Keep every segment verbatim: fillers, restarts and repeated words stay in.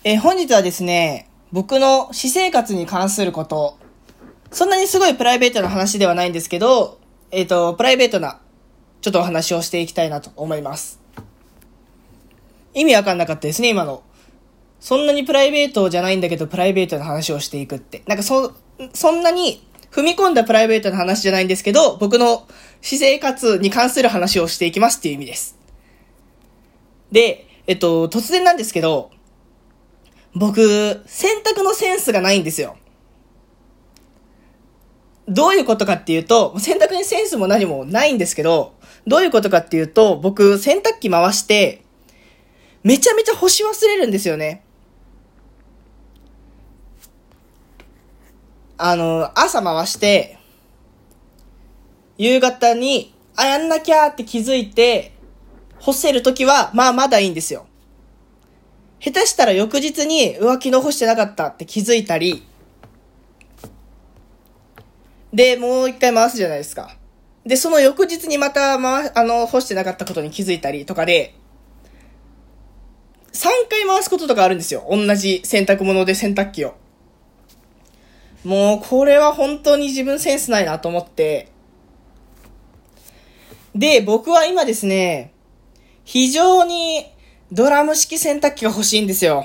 えー本日はですね、僕の私生活に関すること、そんなにすごいプライベートな話ではないんですけど、えっと、プライベートな、ちょっとお話をしていきたいなと思います。意味わかんなかったですね、今の。そんなにプライベートじゃないんだけど、プライベートな話をしていくって。なんかそ、そんなに踏み込んだプライベートな話じゃないんですけど、僕の私生活に関する話をしていきますっていう意味です。で、えっと、突然なんですけど、僕、洗濯のセンスがないんですよ。どういうことかっていうと、洗濯にセンスも何もないんですけど、どういうことかっていうと、僕、洗濯機回して、めちゃめちゃ干し忘れるんですよね。あの、朝回して、夕方に、あ、やんなきゃって気づいて、干せるときは、まあまだいいんですよ。下手したら翌日に、うわ、昨日干してなかったって気づいたり、で、もう一回回すじゃないですか。で、その翌日にまた回、あの、干してなかったことに気づいたりとかで、さんかい回すこととかあるんですよ。同じ洗濯物で洗濯機を。もう、これは本当に自分センスないなと思って。で、僕は今ですね、非常にドラム式洗濯機が欲しいんですよ。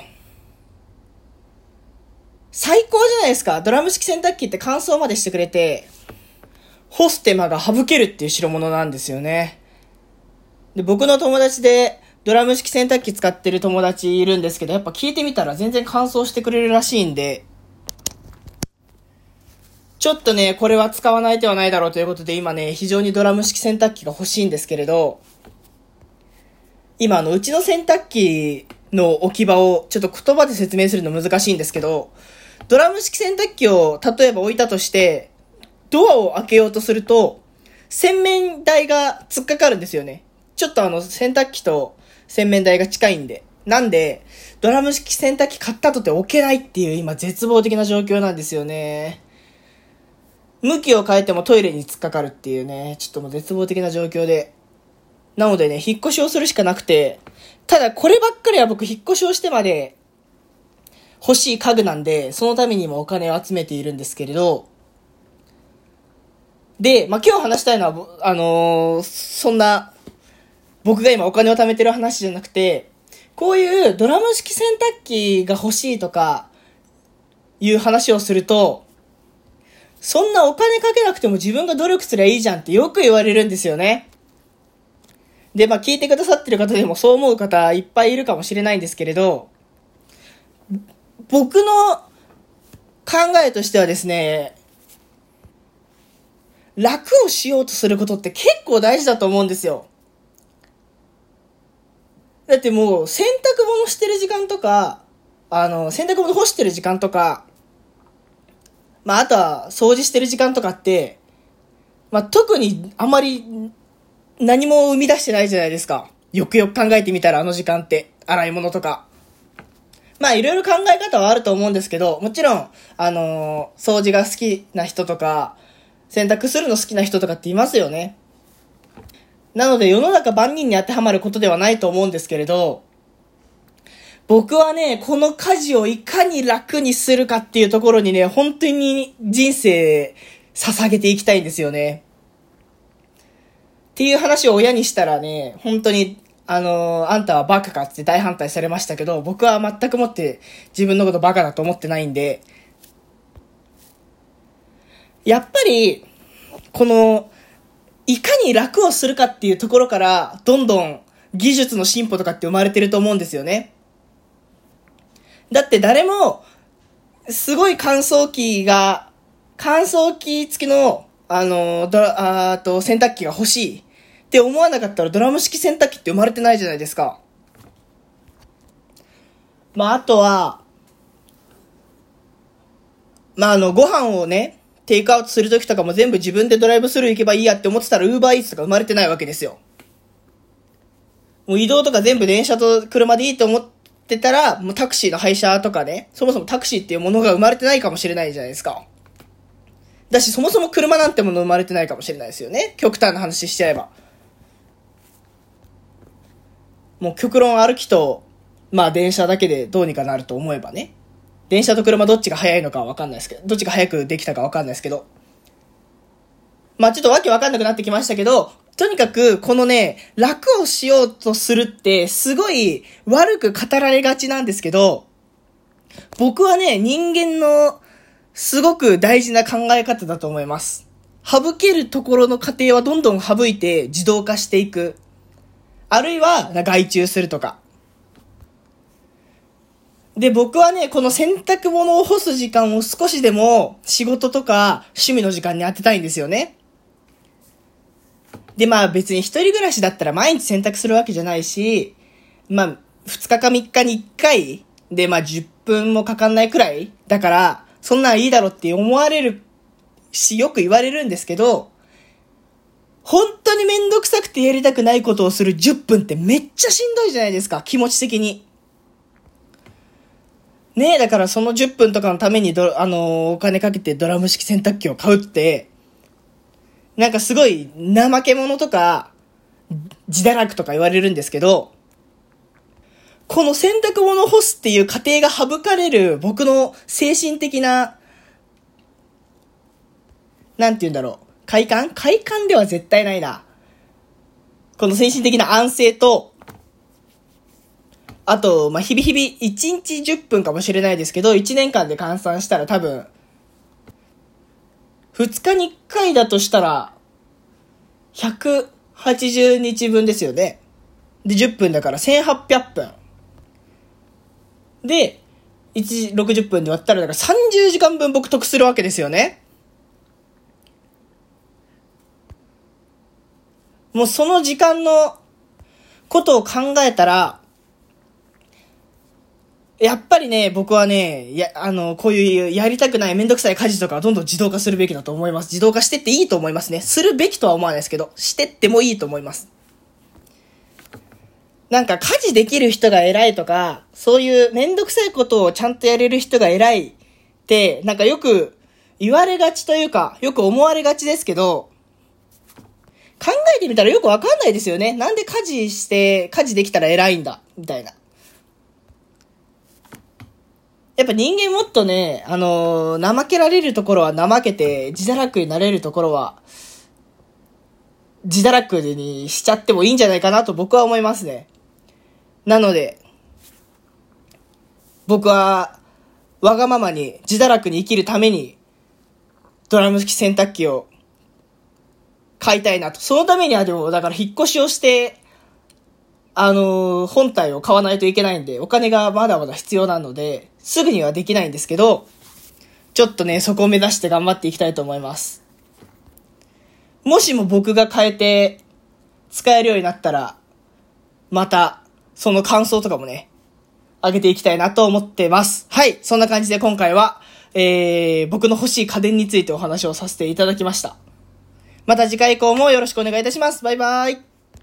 最高じゃないですか。ドラム式洗濯機って乾燥までしてくれて、干す手間が省けるっていう代物なんですよね。で、僕の友達でドラム式洗濯機使ってる友達いるんですけど、やっぱ聞いてみたら全然乾燥してくれるらしいんで、ちょっとね、これは使わない手はないだろうということで、今ね、非常にドラム式洗濯機が欲しいんですけれど、今あの、うちの洗濯機の置き場をちょっと言葉で説明するの難しいんですけど、ドラム式洗濯機を例えば置いたとして、ドアを開けようとすると、洗面台が突っかかるんですよね。ちょっとあの、洗濯機と洗面台が近いんで。なんで、ドラム式洗濯機買ったとて置けないっていう今絶望的な状況なんですよね。向きを変えてもトイレに突っかかるっていうね、ちょっともう絶望的な状況で。なのでね、引っ越しをするしかなくて、ただこればっかりは僕引っ越しをしてまで欲しい家具なんで、そのためにもお金を集めているんですけれど、で、まあ、今日話したいのは、あのー、そんな、僕が今お金を貯めてる話じゃなくて、こういうドラム式洗濯機が欲しいとか、いう話をすると、そんなお金かけなくても自分が努力すりゃいいじゃんってよく言われるんですよね。で、まあ、聞いてくださってる方でもそう思う方いっぱいいるかもしれないんですけれど、僕の考えとしてはですね、楽をしようとすることって結構大事だと思うんですよ。だってもう洗濯物してる時間とか、あの、洗濯物干してる時間とか、まああとは掃除してる時間とかって、まあ特にあまり何も生み出してないじゃないですか。よくよく考えてみたらあの時間って、洗い物とか。まあいろいろ考え方はあると思うんですけど、もちろん、あのー、掃除が好きな人とか、洗濯するの好きな人とかっていますよね。なので世の中万人に当てはまることではないと思うんですけれど、僕はね、この家事をいかに楽にするかっていうところにね、本当に人生捧げていきたいんですよね。っていう話を親にしたらね、本当に、あのー、あんたはバカかって大反対されましたけど、僕は全くもって自分のことバカだと思ってないんで、やっぱり、この、いかに楽をするかっていうところから、どんどん技術の進歩とかって生まれてると思うんですよね。だって誰も、すごい乾燥機が、乾燥機付きの、あの、ドラ、あと洗濯機が欲しいって思わなかったらドラム式洗濯機って生まれてないじゃないですか。まあ、あとは、まあ、あの、ご飯をね、テイクアウトするときとかも全部自分でドライブスルー行けばいいやって思ってたらウーバーイーツとか生まれてないわけですよ。もう移動とか全部電車と車でいいと思ってたら、もうタクシーの配車とかね、そもそもタクシーっていうものが生まれてないかもしれないじゃないですか。だし、そもそも車なんてもの生まれてないかもしれないですよね。極端な話しちゃえば。もう極論歩きとまあ電車だけでどうにかなると思えばね。電車と車どっちが早いのかはわかんないですけど、どっちが早くできたかわかんないですけど。まあちょっとわけわかんなくなってきましたけど、とにかくこのね、楽をしようとするってすごい悪く語られがちなんですけど、僕はね、人間のすごく大事な考え方だと思います。省けるところの過程はどんどん省いて自動化していく。あるいは外注するとか。で、僕はね、この洗濯物を干す時間を少しでも仕事とか趣味の時間に当てたいんですよね。で、まあ別に一人暮らしだったら毎日洗濯するわけじゃないし、まあ二日か三日に一回でまあじゅっぷんもかかんないくらいだから、そんなんいいだろって思われるし、よく言われるんですけど、本当にめんどくさくてやりたくないことをするじゅっぷんってめっちゃしんどいじゃないですか、気持ち的に。ねえ、だからそのじゅっぷんとかのためにど、あのー、お金かけてドラム式洗濯機を買うって、なんかすごい怠け者とか、自堕落とか言われるんですけど、この洗濯物を干すっていう過程が省かれる僕の精神的な、なんて言うんだろう。快感快感では絶対ないな。この精神的な安静と、あと、まあ、日々日々、いちにちじゅっぷんかもしれないですけど、いちねんかんで換算したら多分、ふつかにいっかいだとしたら、ひゃくはちじゅうにちぶんですよね。で、じゅっぷんだからせんはっぴゃくぷん。で、いちじろくじゅっぷんで割ったら、だからさんじゅうじかんぶん僕得するわけですよね。もうその時間のことを考えたら、やっぱりね、僕はね、や、あの、こういうやりたくないめんどくさい家事とかはどんどん自動化するべきだと思います。自動化してっていいと思いますね。するべきとは思わないですけど、してってもいいと思います。なんか家事できる人が偉いとか、そういうめんどくさいことをちゃんとやれる人が偉いって、なんかよく言われがちというか、よく思われがちですけど、考えてみたらよくわかんないですよね。なんで家事して、家事できたら偉いんだ、みたいな。やっぱ人間もっとね、あのー、怠けられるところは怠けて、自堕落になれるところは、自堕落にしちゃってもいいんじゃないかなと僕は思いますね。なので、僕は、わがままに自堕落に生きるために、ドラム式洗濯機を買いたいなと。そのためにはでも、だから引っ越しをして、あのー、本体を買わないといけないんで、お金がまだまだ必要なので、すぐにはできないんですけど、ちょっとね、そこを目指して頑張っていきたいと思います。もしも僕が変えて、使えるようになったら、また、その感想とかもね、上げていきたいなと思ってます。はい、そんな感じで今回は、えー、僕の欲しい家電についてお話をさせていただきました。また次回以降もよろしくお願いいたします。バイバイ。